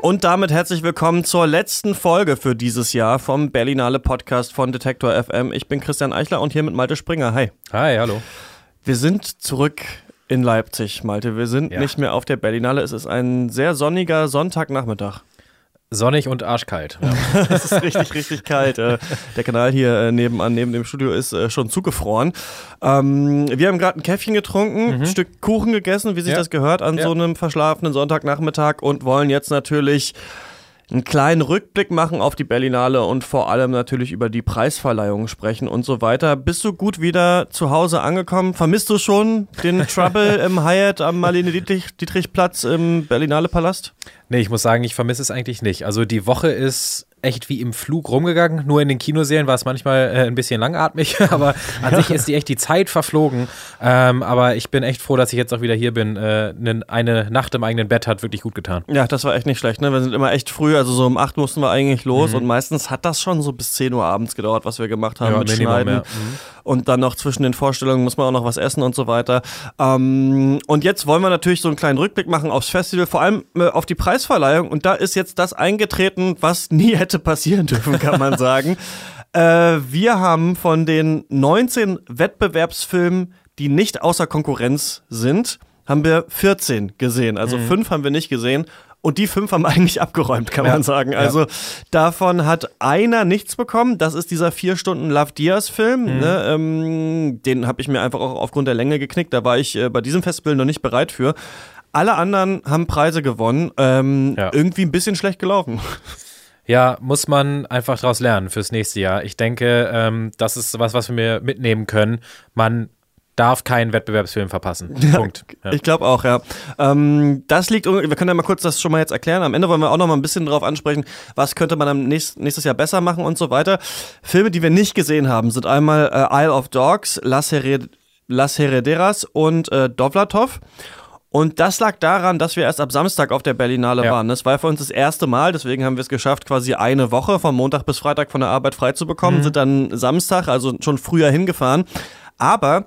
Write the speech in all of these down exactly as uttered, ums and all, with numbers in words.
Und damit herzlich willkommen zur letzten Folge für dieses Jahr vom Berlinale Podcast von Detektor F M. Ich bin Christian Eichler und hier mit Malte Springer. Hi. Hi, hallo. Wir sind zurück in Leipzig, Malte. Wir sind ja. nicht mehr auf der Berlinale. Es ist ein sehr sonniger Sonntagnachmittag. Sonnig und arschkalt. Ja. Es ist richtig, richtig kalt. Der Kanal hier nebenan, neben dem Studio, ist schon zugefroren. Ähm, wir haben gerade ein Käffchen getrunken, mhm. ein Stück Kuchen gegessen, wie sich ja. das gehört an ja. so einem verschlafenen Sonntagnachmittag und wollen jetzt natürlich einen kleinen Rückblick machen auf die Berlinale und vor allem natürlich über die Preisverleihung sprechen und so weiter. Bist du gut wieder zu Hause angekommen? Vermisst du schon den Trouble im Hyatt am Marlene-Dietrich-Platz im Berlinale Palast? Nee, ich muss sagen, ich vermisse es eigentlich nicht. Also die Woche ist echt wie im Flug rumgegangen. Nur in den Kinoserien war es manchmal äh, ein bisschen langatmig, aber an sich ist die echt die Zeit verflogen. Ähm, aber ich bin echt froh, dass ich jetzt auch wieder hier bin. Äh, eine Nacht im eigenen Bett hat wirklich gut getan. Ja, das war echt nicht schlecht. Ne? Wir sind immer echt früh, also so um acht mussten wir eigentlich los. Mhm. Und meistens hat das schon so bis zehn Uhr abends gedauert, was wir gemacht haben ja, mit Minimum, Schneiden. Ja. Mhm. Und dann noch zwischen den Vorstellungen muss man auch noch was essen und so weiter. Ähm, und jetzt wollen wir natürlich so einen kleinen Rückblick machen aufs Festival, vor allem äh, auf die Preisverleihung. Und da ist jetzt das eingetreten, was nie hätte passieren dürfen, kann man sagen. äh, wir haben von den neunzehn Wettbewerbsfilmen, die nicht außer Konkurrenz sind, haben wir vierzehn gesehen. Also mhm. fünf haben wir nicht gesehen. Und die fünf haben eigentlich abgeräumt, kann ja, man sagen. Also ja. davon hat einer nichts bekommen. Das ist dieser vier Stunden Love Diaz-Film. Mhm. Ne? Ähm, den habe ich mir einfach auch aufgrund der Länge geknickt. Da war ich äh, bei diesem Festival noch nicht bereit für. Alle anderen haben Preise gewonnen. Ähm, ja. Irgendwie ein bisschen schlecht gelaufen. Ja, muss man einfach daraus lernen fürs nächste Jahr. Ich denke, ähm, das ist was, was wir mitnehmen können. Man darf keinen Wettbewerbsfilm verpassen. Ja, Punkt. Ja. Ich glaube auch, ja. Ähm, das liegt, wir können ja mal kurz das schon mal jetzt erklären. Am Ende wollen wir auch noch mal ein bisschen drauf ansprechen, was könnte man am nächst, nächstes Jahr besser machen und so weiter. Filme, die wir nicht gesehen haben, sind einmal äh, Isle of Dogs, Las, Hered- Las Herederas und äh, Dovlatov. Und das lag daran, dass wir erst ab Samstag auf der Berlinale ja. waren. Das war für uns das erste Mal, deswegen haben wir es geschafft, quasi eine Woche von Montag bis Freitag von der Arbeit frei zu bekommen, mhm. sind dann Samstag, also schon früher hingefahren. Aber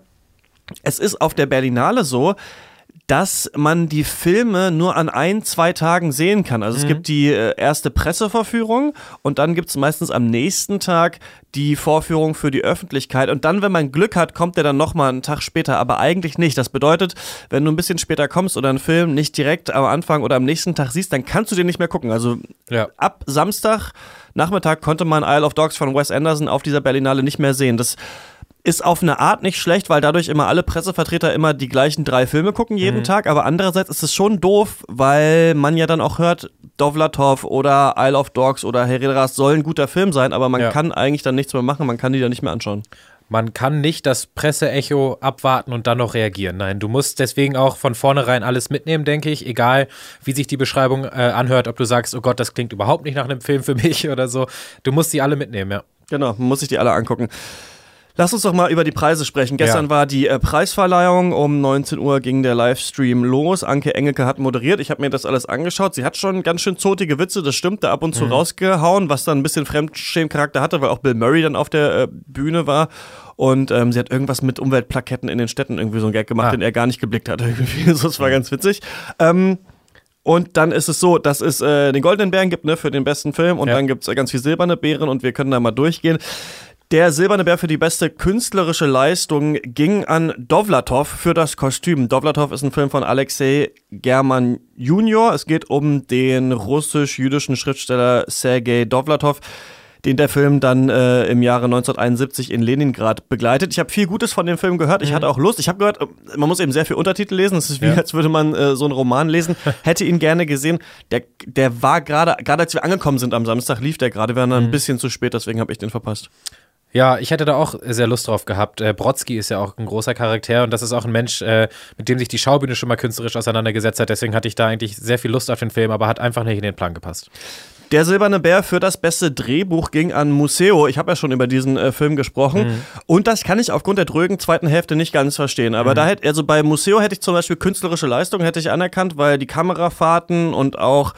es ist auf der Berlinale so, dass man die Filme nur an ein, zwei Tagen sehen kann. Also es mhm. gibt die äh, erste Pressevorführung und dann gibt es meistens am nächsten Tag die Vorführung für die Öffentlichkeit. Und dann, wenn man Glück hat, kommt der dann nochmal einen Tag später, aber eigentlich nicht. Das bedeutet, wenn du ein bisschen später kommst oder einen Film nicht direkt am Anfang oder am nächsten Tag siehst, dann kannst du den nicht mehr gucken. Also ja. ab Samstag Nachmittag konnte man Isle of Dogs von Wes Anderson auf dieser Berlinale nicht mehr sehen. Das ist auf eine Art nicht schlecht, weil dadurch immer alle Pressevertreter immer die gleichen drei Filme gucken jeden mhm. Tag, aber andererseits ist es schon doof, weil man ja dann auch hört, Dovlatov oder Isle of Dogs oder Herederas soll ein guter Film sein, aber man ja. kann eigentlich dann nichts mehr machen, man kann die dann nicht mehr anschauen. Man kann nicht das Presseecho abwarten und dann noch reagieren. Nein, du musst deswegen auch von vornherein alles mitnehmen, denke ich, egal wie sich die Beschreibung äh, anhört, ob du sagst, oh Gott, das klingt überhaupt nicht nach einem Film für mich oder so. Du musst die alle mitnehmen, ja. Genau, man muss sich die alle angucken. Lass uns doch mal über die Preise sprechen. Gestern ja. war die äh, Preisverleihung. Um neunzehn Uhr ging der Livestream los. Anke Engelke hat moderiert. Ich habe mir das alles angeschaut. Sie hat schon ganz schön zotige Witze, das stimmt, da ab und zu mhm. rausgehauen, was dann ein bisschen Fremdschämen-Charakter hatte, weil auch Bill Murray dann auf der äh, Bühne war. Und ähm, sie hat irgendwas mit Umweltplaketten in den Städten irgendwie so einen Gag gemacht, ah. den er gar nicht geblickt hat. Irgendwie. Das war ganz witzig. Ähm, Und dann ist es so, dass es äh, den Goldenen Bären gibt, ne, für den besten Film. Und ja. dann gibt es äh, ganz viel silberne Bären und wir können da mal durchgehen. Der Silberne Bär für die beste künstlerische Leistung ging an Dovlatov für das Kostüm. Dovlatov ist ein Film von Alexei German Junior Es geht um den russisch-jüdischen Schriftsteller Sergei Dovlatov, den der Film dann äh, im Jahre neunzehnhunderteinundsiebzig in Leningrad begleitet. Ich habe viel Gutes von dem Film gehört. Ich mhm. hatte auch Lust. Ich habe gehört, man muss eben sehr viel Untertitel lesen. Es ist wie, ja. als würde man äh, so einen Roman lesen. Hätte ihn gerne gesehen. Der, der war gerade, gerade als wir angekommen sind am Samstag, lief der gerade. Wir waren dann mhm. ein bisschen zu spät, deswegen habe ich den verpasst. Ja, ich hätte da auch sehr Lust drauf gehabt. Äh, Brodsky ist ja auch ein großer Charakter und das ist auch ein Mensch, äh, mit dem sich die Schaubühne schon mal künstlerisch auseinandergesetzt hat. Deswegen hatte ich da eigentlich sehr viel Lust auf den Film, aber hat einfach nicht in den Plan gepasst. Der Silberne Bär für das beste Drehbuch ging an Museo. Ich habe ja schon über diesen äh, Film gesprochen. Mhm. Und das kann ich aufgrund der drögen zweiten Hälfte nicht ganz verstehen. Aber mhm. da hätte, also bei Museo hätte ich zum Beispiel künstlerische Leistung hätte ich anerkannt, weil die Kamerafahrten und auch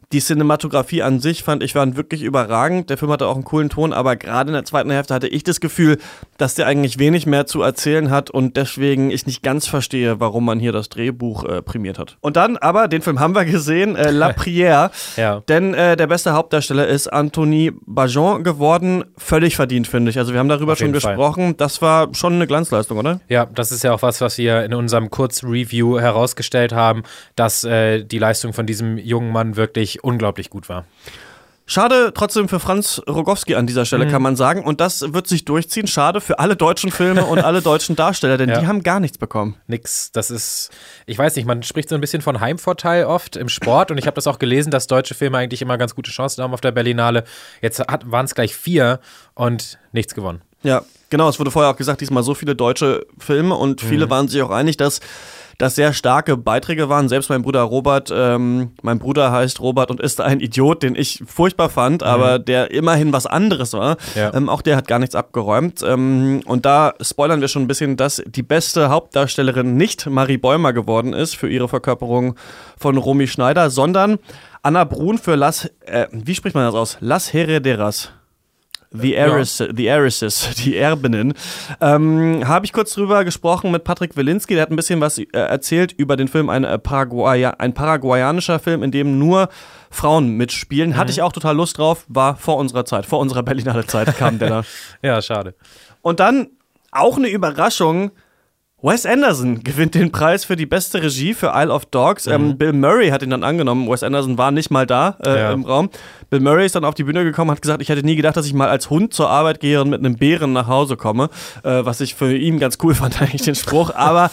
Die Cinematografie an sich fand ich waren wirklich überragend. Der Film hatte auch einen coolen Ton, aber gerade in der zweiten Hälfte hatte ich das Gefühl, dass der eigentlich wenig mehr zu erzählen hat und deswegen ich nicht ganz verstehe, warum man hier das Drehbuch äh, prämiert hat. Und dann aber, den Film haben wir gesehen, äh, La Prière, ja. denn äh, der beste Hauptdarsteller ist Anthony Bajon geworden. Völlig verdient, finde ich. Also wir haben darüber Auf schon jeden gesprochen. Fall. Das war schon eine Glanzleistung, oder? Ja, das ist ja auch was, was wir in unserem Kurzreview herausgestellt haben, dass äh, die Leistung von diesem jungen Mann wirklich unglaublich gut war. Schade trotzdem für Franz Rogowski an dieser Stelle, mhm. kann man sagen. Und das wird sich durchziehen. Schade für alle deutschen Filme und alle deutschen Darsteller, denn ja. die haben gar nichts bekommen. Nix. Das ist, ich weiß nicht, man spricht so ein bisschen von Heimvorteil oft im Sport. Und ich habe das auch gelesen, dass deutsche Filme eigentlich immer ganz gute Chancen haben auf der Berlinale. Jetzt waren es gleich vier und nichts gewonnen. Ja, genau. Es wurde vorher auch gesagt, diesmal so viele deutsche Filme. Und viele mhm. waren sich auch einig, dass das sehr starke Beiträge waren. Selbst mein Bruder Robert, ähm, mein Bruder heißt Robert und ist ein Idiot, den ich furchtbar fand, mhm. aber der immerhin was anderes war. Ja. Ähm, auch der hat gar nichts abgeräumt. Ähm, und da spoilern wir schon ein bisschen, dass die beste Hauptdarstellerin nicht Marie Bäumer geworden ist für ihre Verkörperung von Romy Schneider, sondern Anna Brun für Las, äh, wie spricht man das aus? Las Herederas. The, Heiress, ja. The Heiresses, die Erbinnen. Ähm, habe ich kurz drüber gesprochen mit Patrick Wilinski, der hat ein bisschen was äh, erzählt über den Film, ein, äh, Paraguaya, ein paraguayanischer Film, in dem nur Frauen mitspielen. Mhm. Hatte ich auch total Lust drauf, war vor unserer Zeit, vor unserer Berlinale Zeit kam der da. Ja, schade. Und dann auch eine Überraschung, Wes Anderson gewinnt den Preis für die beste Regie für Isle of Dogs. Mhm. Ähm, Bill Murray hat ihn dann angenommen. Wes Anderson war nicht mal da äh, ja. im Raum. Bill Murray ist dann auf die Bühne gekommen, hat gesagt, ich hätte nie gedacht, dass ich mal als Hund zur Arbeit gehe und mit einem Bären nach Hause komme. Äh, was ich für ihn ganz cool fand, eigentlich den Spruch. Aber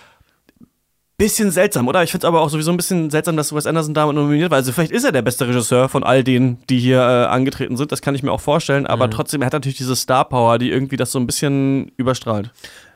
bisschen seltsam, oder? Ich finde es aber auch sowieso ein bisschen seltsam, dass Wes Anderson damit nominiert war. Also vielleicht ist er der beste Regisseur von all denen, die hier äh, angetreten sind. Das kann ich mir auch vorstellen. Aber mhm. trotzdem, er hat natürlich diese Star-Power, die irgendwie das so ein bisschen überstrahlt.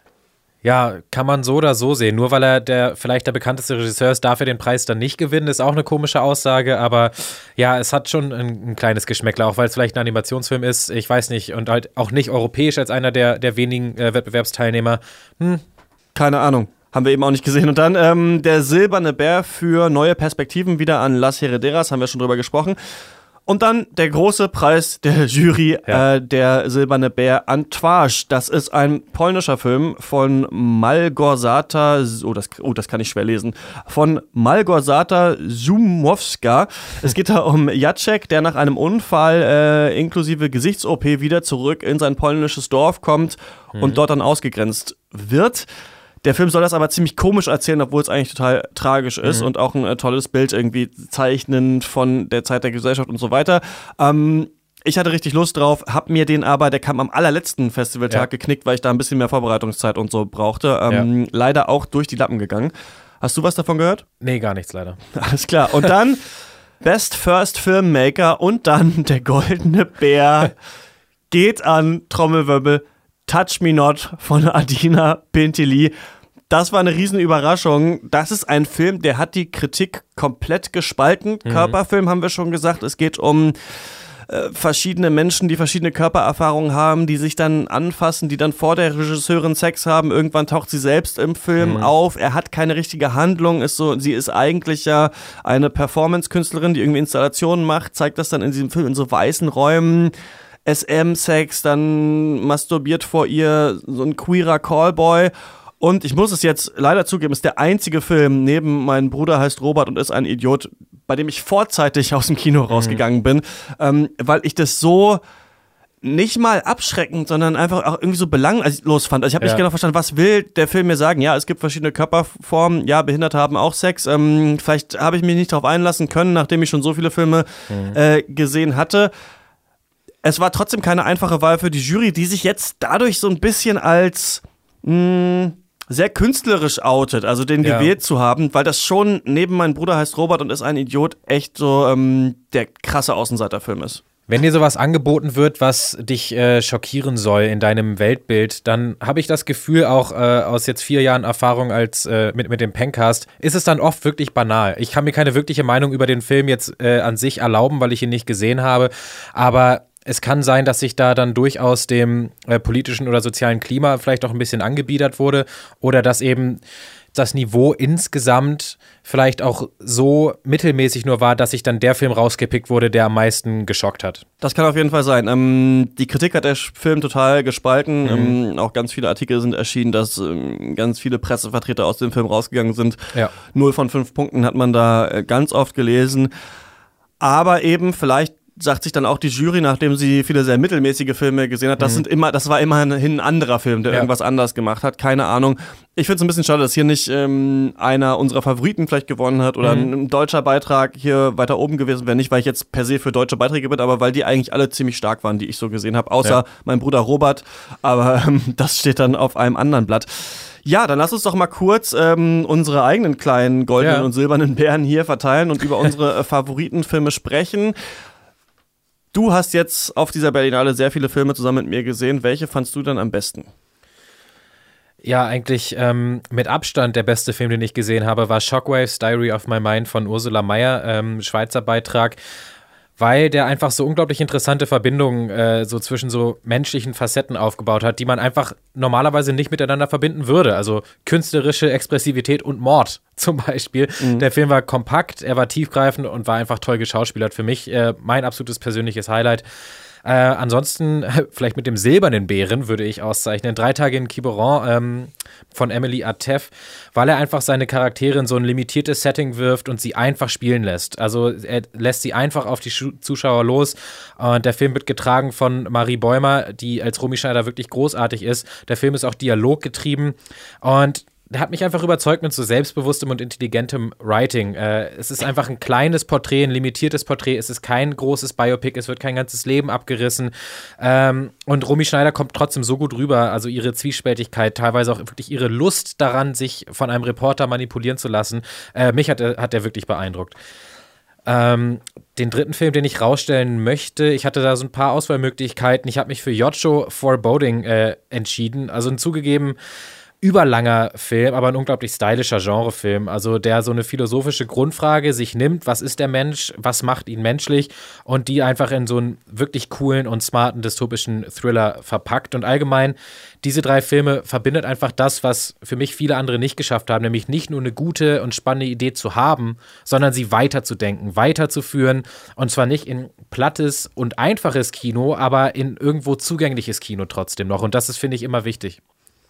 Ja, kann man so oder so sehen. Nur weil er der vielleicht der bekannteste Regisseur ist, darf er den Preis dann nicht gewinnen. Ist auch eine komische Aussage, aber ja, es hat schon ein, ein kleines Geschmäckler, auch weil es vielleicht ein Animationsfilm ist. Ich weiß nicht. Und halt auch nicht europäisch als einer der, der wenigen äh, Wettbewerbsteilnehmer. Hm. Keine Ahnung. Haben wir eben auch nicht gesehen. Und dann ähm, der Silberne Bär für neue Perspektiven wieder an Las Herederas, haben wir schon drüber gesprochen. Und dann der große Preis der Jury, ja. äh, der Silberne Bär an Twarz. Das ist ein polnischer Film von Malgorzata, oh das, oh, das kann ich schwer lesen, von Malgorzata Szumowska. Es geht da um Jacek, der nach einem Unfall äh, inklusive Gesichts-O P wieder zurück in sein polnisches Dorf kommt mhm. und dort dann ausgegrenzt wird. Der Film soll das aber ziemlich komisch erzählen, obwohl es eigentlich total tragisch ist mhm. und auch ein äh, tolles Bild irgendwie zeichnend von der Zeit der Gesellschaft und so weiter. Ähm, ich hatte richtig Lust drauf, hab mir den aber, der kam am allerletzten Festivaltag ja. geknickt, weil ich da ein bisschen mehr Vorbereitungszeit und so brauchte. Ähm, ja. Leider auch durch die Lappen gegangen. Hast du was davon gehört? Nee, gar nichts leider. Alles klar. Und dann Best First Filmmaker und dann der Goldene Bär geht an Trommelwirbel Touch Me Not von Adina Pintili. Das war eine Riesenüberraschung. Das ist ein Film, der hat die Kritik komplett gespalten. Mhm. Körperfilm haben wir schon gesagt. Es geht um äh, verschiedene Menschen, die verschiedene Körpererfahrungen haben, die sich dann anfassen, die dann vor der Regisseurin Sex haben. Irgendwann taucht sie selbst im Film mhm. auf. Er hat keine richtige Handlung. Ist so, sie ist eigentlich ja eine Performance-Künstlerin, die irgendwie Installationen macht, zeigt das dann in diesem Film in so weißen Räumen. S M-Sex, dann masturbiert vor ihr so ein queerer Callboy. Und ich muss es jetzt leider zugeben, ist der einzige Film neben Mein Bruder heißt Robert und ist ein Idiot, bei dem ich vorzeitig aus dem Kino rausgegangen bin, ähm, weil ich das so nicht mal abschreckend, sondern einfach auch irgendwie so belanglos fand. Also ich habe nicht ja. genau verstanden, was will der Film mir sagen? Ja, es gibt verschiedene Körperformen, ja, Behinderte haben auch Sex. Ähm, vielleicht habe ich mich nicht darauf einlassen können, nachdem ich schon so viele Filme mhm. äh, gesehen hatte. Es war trotzdem keine einfache Wahl für die Jury, die sich jetzt dadurch so ein bisschen als mh, sehr künstlerisch outet, also den ja. gewählt zu haben, weil das schon neben Mein Bruder heißt Robert und ist ein Idiot echt so ähm, der krasse Außenseiterfilm ist. Wenn dir sowas angeboten wird, was dich äh, schockieren soll in deinem Weltbild, dann habe ich das Gefühl, auch äh, aus jetzt vier Jahren Erfahrung als äh, mit, mit dem Pencast, ist es dann oft wirklich banal. Ich kann mir keine wirkliche Meinung über den Film jetzt äh, an sich erlauben, weil ich ihn nicht gesehen habe, aber es kann sein, dass sich da dann durchaus dem äh, politischen oder sozialen Klima vielleicht auch ein bisschen angebiedert wurde oder dass eben das Niveau insgesamt vielleicht auch so mittelmäßig nur war, dass sich dann der Film rausgepickt wurde, der am meisten geschockt hat. Das kann auf jeden Fall sein. Ähm, die Kritik hat der Film total gespalten. Mhm. Ähm, auch ganz viele Artikel sind erschienen, dass ähm, ganz viele Pressevertreter aus dem Film rausgegangen sind. Ja. Null von fünf Punkten hat man da äh, ganz oft gelesen. Aber eben vielleicht sagt sich dann auch die Jury, nachdem sie viele sehr mittelmäßige Filme gesehen hat, das Mhm. sind immer, das war immerhin ein anderer Film, der Ja. irgendwas anders gemacht hat. Keine Ahnung. Ich finde es ein bisschen schade, dass hier nicht ähm, einer unserer Favoriten vielleicht gewonnen hat oder Mhm. ein, ein deutscher Beitrag hier weiter oben gewesen wäre. Nicht, weil ich jetzt per se für deutsche Beiträge bin, aber weil die eigentlich alle ziemlich stark waren, die ich so gesehen habe. Außer Ja. mein Bruder Robert. Aber ähm, das steht dann auf einem anderen Blatt. Ja, dann lass uns doch mal kurz ähm, unsere eigenen kleinen goldenen Ja. und silbernen Bären hier verteilen und über unsere äh, Favoritenfilme sprechen. Du hast jetzt auf dieser Berlinale sehr viele Filme zusammen mit mir gesehen. Welche fandst du denn am besten? Ja, eigentlich ähm, mit Abstand der beste Film, den ich gesehen habe, war Shockwaves, Diary of My Mind von Ursula Mayer, ähm, Schweizer Beitrag, weil der einfach so unglaublich interessante Verbindungen äh, so zwischen so menschlichen Facetten aufgebaut hat, die man einfach normalerweise nicht miteinander verbinden würde. Also künstlerische Expressivität und Mord zum Beispiel. Mhm. Der Film war kompakt, er war tiefgreifend und war einfach toll geschauspielert. Für mich äh, mein absolutes persönliches Highlight. Äh, ansonsten, vielleicht mit dem silbernen Bären würde ich auszeichnen, Drei Tage in Quiberon ähm, von Emily Atef, weil er einfach seine Charaktere in so ein limitiertes Setting wirft und sie einfach spielen lässt. Also er lässt sie einfach auf die Schu- Zuschauer los und der Film wird getragen von Marie Bäumer, die als Romy Schneider wirklich großartig ist. Der Film ist auch dialoggetrieben und der hat mich einfach überzeugt mit so selbstbewusstem und intelligentem Writing. Äh, es ist einfach ein kleines Porträt, ein limitiertes Porträt. Es ist kein großes Biopic, es wird kein ganzes Leben abgerissen. Ähm, und Romy Schneider kommt trotzdem so gut rüber. Also ihre Zwiespältigkeit, teilweise auch wirklich ihre Lust daran, sich von einem Reporter manipulieren zu lassen. Äh, mich hat, hat der wirklich beeindruckt. Ähm, den dritten Film, den ich rausstellen möchte, ich hatte da so ein paar Auswahlmöglichkeiten. Ich habe mich für Yocho Foreboding äh, entschieden. Also ein zugegeben überlanger Film, aber ein unglaublich stylischer Genrefilm, also der so eine philosophische Grundfrage sich nimmt, was ist der Mensch, was macht ihn menschlich und die einfach in so einen wirklich coolen und smarten dystopischen Thriller verpackt und allgemein diese drei Filme verbindet einfach das, was für mich viele andere nicht geschafft haben, nämlich nicht nur eine gute und spannende Idee zu haben, sondern sie weiterzudenken, weiterzuführen und zwar nicht in plattes und einfaches Kino, aber in irgendwo zugängliches Kino trotzdem noch und das ist, finde ich, immer wichtig.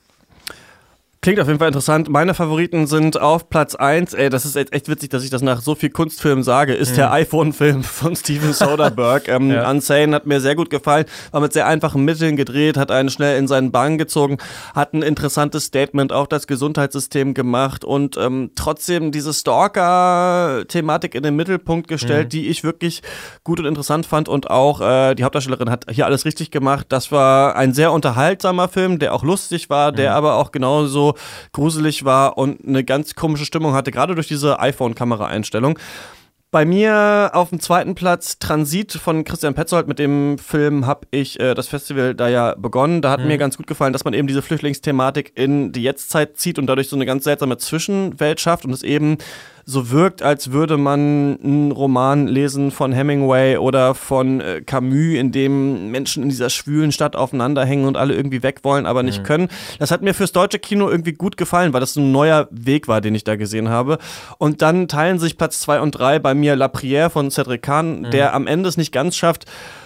Klingt auf jeden Fall interessant. Meine Favoriten sind auf Platz eins, ey, das ist jetzt echt witzig, dass ich das nach so viel Kunstfilmen sage, ist mhm. der iPhone-Film von Steven Soderbergh. ähm, ja. Unsane hat mir sehr gut gefallen, war mit sehr einfachen Mitteln gedreht, hat einen schnell in seinen Bann gezogen, hat ein interessantes Statement auf das Gesundheitssystem gemacht und ähm, trotzdem diese Stalker-Thematik in den Mittelpunkt gestellt, mhm. die ich wirklich gut und interessant fand und auch äh, die Hauptdarstellerin hat hier alles richtig gemacht. Das war ein sehr unterhaltsamer Film, der auch lustig war, der mhm. aber auch genauso gruselig war und eine ganz komische Stimmung hatte, gerade durch diese iPhone-Kamera-Einstellung. Bei mir auf dem zweiten Platz Transit von Christian Petzold. Mit dem Film habe ich äh, das Festival da ja begonnen. Da hat mhm. mir ganz gut gefallen, dass man eben diese Flüchtlingsthematik in die Jetztzeit zieht und dadurch so eine ganz seltsame Zwischenwelt schafft und es eben so wirkt, als würde man einen Roman lesen von Hemingway oder von äh, Camus, in dem Menschen in dieser schwülen Stadt aufeinander hängen und alle irgendwie weg wollen, aber nicht mhm. können. Das hat mir fürs deutsche Kino irgendwie gut gefallen, weil das so ein neuer Weg war, den ich da gesehen habe. Und dann teilen sich Platz zwei und drei bei mir La Prière von Cedric Kahn, mhm. der am Ende es nicht ganz schafft,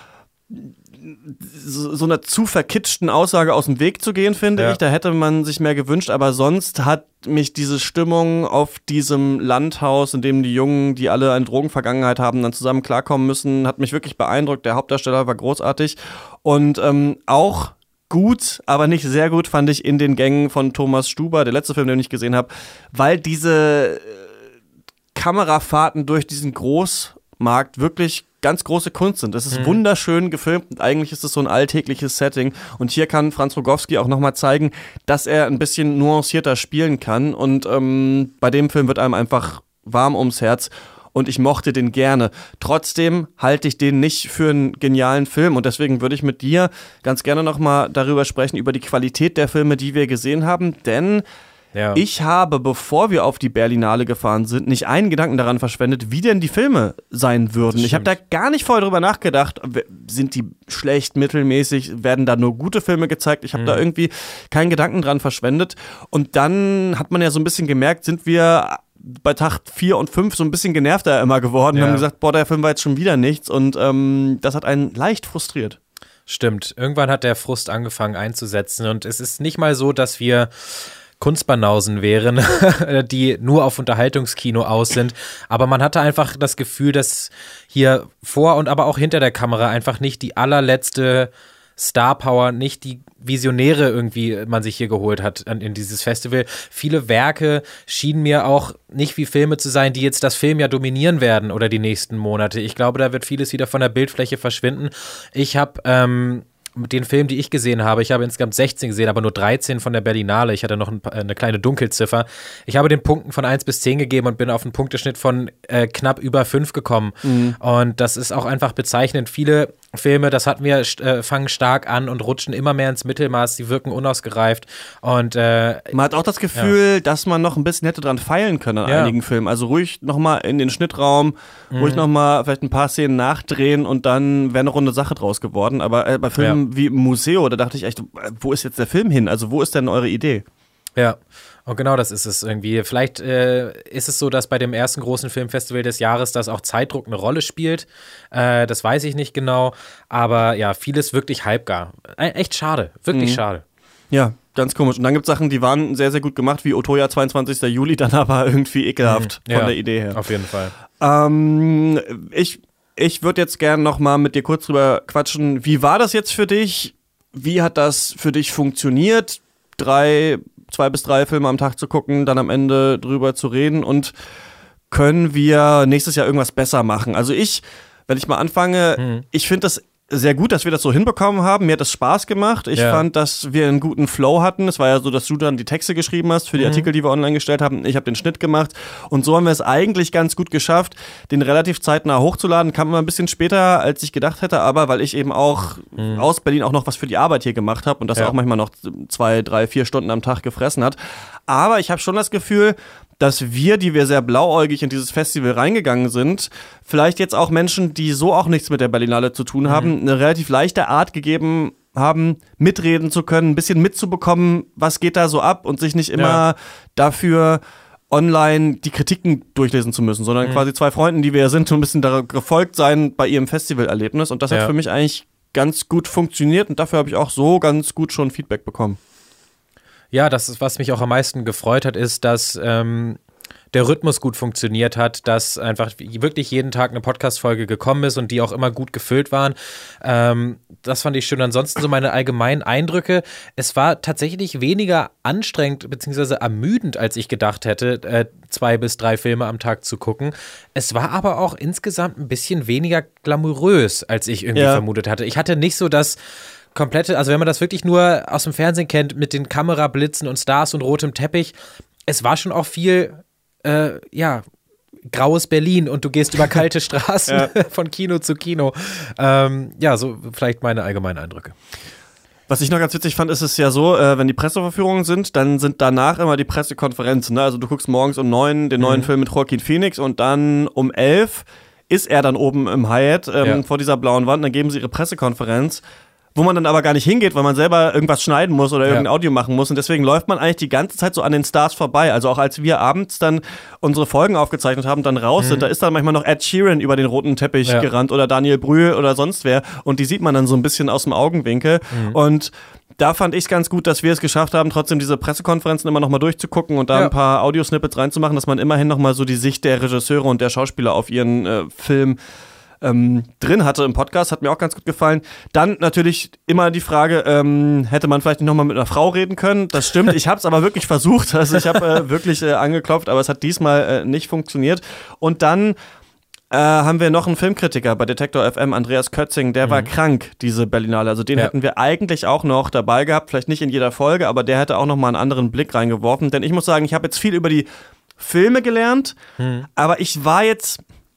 so, so einer zu verkitschten Aussage aus dem Weg zu gehen, finde ja. ich. Da hätte man sich mehr gewünscht, aber sonst hat mich diese Stimmung auf diesem Landhaus, in dem die Jungen, die alle eine Drogenvergangenheit haben, dann zusammen klarkommen müssen, hat mich wirklich beeindruckt. Der Hauptdarsteller war großartig und ähm, auch gut, aber nicht sehr gut fand ich in den Gängen von Thomas Stuber, der letzte Film, den ich gesehen habe, weil diese äh, Kamerafahrten durch diesen Großmarkt wirklich ganz große Kunst sind. Es ist mhm. wunderschön gefilmt und eigentlich ist es so ein alltägliches Setting und hier kann Franz Rogowski auch nochmal zeigen, dass er ein bisschen nuancierter spielen kann und ähm, bei dem Film wird einem einfach warm ums Herz und ich mochte den gerne. Trotzdem halte ich den nicht für einen genialen Film und deswegen würde ich mit dir ganz gerne nochmal darüber sprechen, über die Qualität der Filme, die wir gesehen haben, denn Ja. Ich habe, bevor wir auf die Berlinale gefahren sind, nicht einen Gedanken daran verschwendet, wie denn die Filme sein würden. Ich habe da gar nicht vorher drüber nachgedacht, sind die schlecht, mittelmäßig, werden da nur gute Filme gezeigt. Ich habe mhm. da irgendwie keinen Gedanken dran verschwendet. Und dann hat man ja so ein bisschen gemerkt, sind wir bei Tag vier und fünf so ein bisschen genervter immer geworden. Ja. Und haben gesagt, boah, der Film war jetzt schon wieder nichts. Und ähm, das hat einen leicht frustriert. Stimmt. Irgendwann hat der Frust angefangen einzusetzen. Und es ist nicht mal so, dass wir Kunstbanausen wären, die nur auf Unterhaltungskino aus sind. Aber man hatte einfach das Gefühl, dass hier vor und aber auch hinter der Kamera einfach nicht die allerletzte Star Power, nicht die Visionäre irgendwie man sich hier geholt hat in dieses Festival. Viele Werke schienen mir auch nicht wie Filme zu sein, die jetzt das Filmjahr dominieren werden oder die nächsten Monate. Ich glaube, da wird vieles wieder von der Bildfläche verschwinden. Ich habe ähm, mit den Filmen, die ich gesehen habe, ich habe insgesamt sechzehn gesehen, aber nur dreizehn von der Berlinale. Ich hatte noch ein, eine kleine Dunkelziffer. Ich habe den Punkten von eins bis zehn gegeben und bin auf einen Punkteschnitt von äh, knapp über fünf gekommen. Mhm. Und das ist auch einfach bezeichnend. Viele Filme, das hatten wir, äh, fangen stark an und rutschen immer mehr ins Mittelmaß. Die wirken unausgereift. Und äh, man hat auch das Gefühl, ja. dass man noch ein bisschen hätte dran feilen können an ja. einigen Filmen. Also ruhig nochmal in den Schnittraum, mhm. ruhig nochmal vielleicht ein paar Szenen nachdrehen und dann wäre eine runde Sache draus geworden. Aber äh, bei Filmen ja. wie Museo, da dachte ich echt, wo ist jetzt der Film hin? Also wo ist denn eure Idee? Ja, und genau das ist es irgendwie. Vielleicht äh, ist es so, dass bei dem ersten großen Filmfestival des Jahres das auch Zeitdruck eine Rolle spielt. Äh, das weiß ich nicht genau. Aber ja, vieles wirklich halbgar. E- echt schade, wirklich mhm. schade. Ja, ganz komisch. Und dann gibt es Sachen, die waren sehr, sehr gut gemacht, wie Otoya zweiundzwanzigster Juli, dann aber irgendwie ekelhaft mhm. von ja, der Idee her. Auf jeden Fall. Ähm, ich ich würde jetzt gerne noch mal mit dir kurz drüber quatschen. Wie war das jetzt für dich? Wie hat das für dich funktioniert? Drei zwei bis drei Filme am Tag zu gucken, dann am Ende drüber zu reden und können wir nächstes Jahr irgendwas besser machen? Also ich, wenn ich mal anfange, mhm. ich finde das sehr gut, dass wir das so hinbekommen haben. Mir hat das Spaß gemacht. Ich ja. fand, dass wir einen guten Flow hatten. Es war ja so, dass du dann die Texte geschrieben hast für die mhm. Artikel, die wir online gestellt haben. Ich habe den Schnitt gemacht. Und so haben wir es eigentlich ganz gut geschafft, den relativ zeitnah hochzuladen. Kam immer ein bisschen später, als ich gedacht hätte, aber weil ich eben auch mhm. aus Berlin auch noch was für die Arbeit hier gemacht habe und das ja. auch manchmal noch zwei, drei, vier Stunden am Tag gefressen hat. Aber ich habe schon das Gefühl, dass wir, die wir sehr blauäugig in dieses Festival reingegangen sind, vielleicht jetzt auch Menschen, die so auch nichts mit der Berlinale zu tun haben, mhm. eine relativ leichte Art gegeben haben, mitreden zu können, ein bisschen mitzubekommen, was geht da so ab und sich nicht immer ja. dafür online die Kritiken durchlesen zu müssen, sondern mhm. quasi zwei Freunden, die wir ja sind, so ein bisschen da gefolgt sein bei ihrem Festivalerlebnis. Und das ja. hat für mich eigentlich ganz gut funktioniert und dafür habe ich auch so ganz gut schon Feedback bekommen. Ja, das ist, was mich auch am meisten gefreut hat, ist, dass ähm, der Rhythmus gut funktioniert hat, dass einfach wirklich jeden Tag eine Podcast-Folge gekommen ist und die auch immer gut gefüllt waren. Ähm, das fand ich schön. Ansonsten so meine allgemeinen Eindrücke. Es war tatsächlich weniger anstrengend bzw. ermüdend, als ich gedacht hätte, äh, zwei bis drei Filme am Tag zu gucken. Es war aber auch insgesamt ein bisschen weniger glamourös, als ich irgendwie ja. vermutet hatte. Ich hatte nicht so das komplette, also wenn man das wirklich nur aus dem Fernsehen kennt, mit den Kamerablitzen und Stars und rotem Teppich, es war schon auch viel, äh, ja, graues Berlin und du gehst über kalte Straßen ja. von Kino zu Kino. Ähm, ja, so vielleicht meine allgemeinen Eindrücke. Was ich noch ganz witzig fand, ist es ja so, äh, wenn die Presseverführungen sind, dann sind danach immer die Pressekonferenzen. Ne? Also du guckst morgens um neun den neuen mhm. Film mit Joaquin Phoenix und dann um elf ist er dann oben im Hyatt ähm, ja. vor dieser blauen Wand, dann geben sie ihre Pressekonferenz, wo man dann aber gar nicht hingeht, weil man selber irgendwas schneiden muss oder irgendein ja. Audio machen muss. Und deswegen läuft man eigentlich die ganze Zeit so an den Stars vorbei. Also auch als wir abends dann unsere Folgen aufgezeichnet haben, dann raus mhm. sind, da ist dann manchmal noch Ed Sheeran über den roten Teppich ja. gerannt oder Daniel Brühl oder sonst wer. Und die sieht man dann so ein bisschen aus dem Augenwinkel. Mhm. Und da fand ich es ganz gut, dass wir es geschafft haben, trotzdem diese Pressekonferenzen immer noch mal durchzugucken und da ja. ein paar Audiosnippets reinzumachen, dass man immerhin noch mal so die Sicht der Regisseure und der Schauspieler auf ihren äh, Film Ähm, drin hatte im Podcast, hat mir auch ganz gut gefallen. Dann natürlich immer die Frage, ähm, hätte man vielleicht nicht nochmal mit einer Frau reden können? Das stimmt, ich habe es aber wirklich versucht, also ich habe äh, wirklich äh, angeklopft, aber es hat diesmal äh, nicht funktioniert. Und dann äh, haben wir noch einen Filmkritiker bei Detektor F M, Andreas Kötzing, der mhm. war krank, diese Berlinale, also den ja. hätten wir eigentlich auch noch dabei gehabt, vielleicht nicht in jeder Folge, aber der hätte auch nochmal einen anderen Blick reingeworfen, denn ich muss sagen, ich habe jetzt viel über die Filme gelernt, mhm. aber ich war jetzt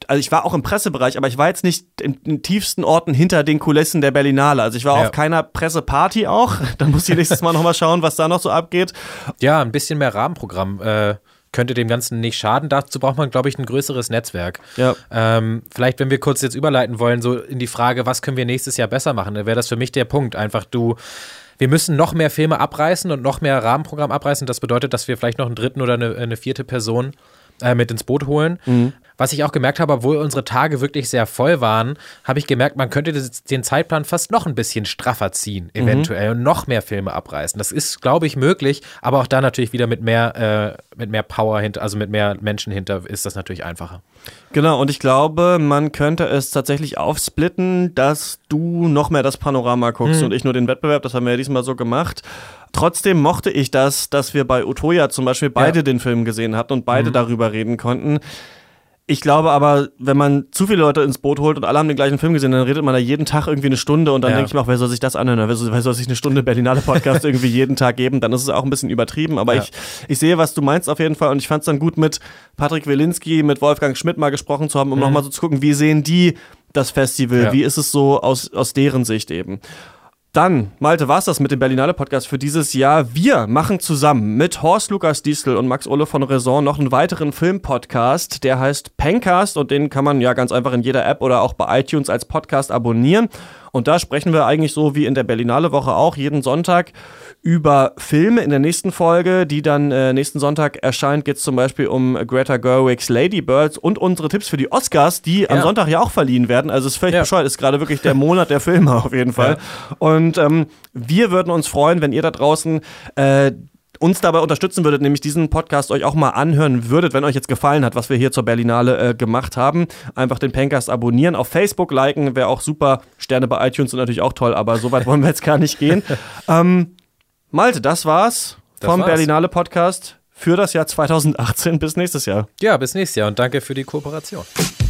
also ich war auch im Pressebereich, aber ich war jetzt nicht in den tiefsten Orten hinter den Kulissen der Berlinale. Also ich war ja. auf keiner Presseparty auch. Dann muss ich nächstes Mal nochmal schauen, was da noch so abgeht. Ja, ein bisschen mehr Rahmenprogramm äh, könnte dem Ganzen nicht schaden. Dazu braucht man, glaube ich, ein größeres Netzwerk. Ja. Ähm, vielleicht, wenn wir kurz jetzt überleiten wollen, so in die Frage, was können wir nächstes Jahr besser machen, dann wäre das für mich der Punkt. Einfach du, wir müssen noch mehr Filme abreißen und noch mehr Rahmenprogramm abreißen. Das bedeutet, dass wir vielleicht noch einen dritten oder eine, eine vierte Person äh, mit ins Boot holen. Mhm. Was ich auch gemerkt habe, obwohl unsere Tage wirklich sehr voll waren, habe ich gemerkt, man könnte den Zeitplan fast noch ein bisschen straffer ziehen, eventuell, mhm. und noch mehr Filme abreißen. Das ist, glaube ich, möglich, aber auch da natürlich wieder mit mehr, äh, mit mehr Power hinter, also mit mehr Menschen hinter, ist das natürlich einfacher. Genau, und ich glaube, man könnte es tatsächlich aufsplitten, dass du noch mehr das Panorama guckst mhm. und ich nur den Wettbewerb. Das haben wir ja diesmal so gemacht. Trotzdem mochte ich das, dass wir bei Utoya zum Beispiel beide ja. den Film gesehen hatten und beide mhm. darüber reden konnten. Ich glaube aber, wenn man zu viele Leute ins Boot holt und alle haben den gleichen Film gesehen, dann redet man da jeden Tag irgendwie eine Stunde und dann ja. denke ich mir auch, wer soll sich das anhören? Wer soll, wer soll sich eine Stunde Berlinale Podcast irgendwie jeden Tag geben? Dann ist es auch ein bisschen übertrieben, aber ja. ich, ich sehe, was du meinst auf jeden Fall und ich fand es dann gut, mit Patrick Wilinski, mit Wolfgang Schmidt mal gesprochen zu haben, um mhm. nochmal so zu gucken, wie sehen die das Festival, ja. wie ist es so aus, aus deren Sicht eben. Dann, Malte, war es das mit dem Berlinale Podcast für dieses Jahr. Wir machen zusammen mit Horst Lukas Diestel und Max-Ole von Raison noch einen weiteren Filmpodcast, der heißt Pencast und den kann man ja ganz einfach in jeder App oder auch bei iTunes als Podcast abonnieren. Und da sprechen wir eigentlich so wie in der Berlinale Woche auch jeden Sonntag über Filme. In der nächsten Folge, die dann äh, nächsten Sonntag erscheint, geht es zum Beispiel um Greta Gerwigs Lady Birds und unsere Tipps für die Oscars, die ja. am Sonntag ja auch verliehen werden. Also es ist völlig ja. bescheuert, ist gerade wirklich der Monat der Filme auf jeden Fall. Ja. Und ähm, wir würden uns freuen, wenn ihr da draußen äh, uns dabei unterstützen würdet, nämlich diesen Podcast euch auch mal anhören würdet, wenn euch jetzt gefallen hat, was wir hier zur Berlinale äh, gemacht haben. Einfach den Pencast abonnieren, auf Facebook liken, wäre auch super. Sterne bei iTunes sind natürlich auch toll, aber so weit wollen wir jetzt gar nicht gehen. ähm, Malte, das war's das vom war's. Berlinale Podcast für das Jahr zweitausendachtzehn. Bis nächstes Jahr. Ja, bis nächstes Jahr und danke für die Kooperation.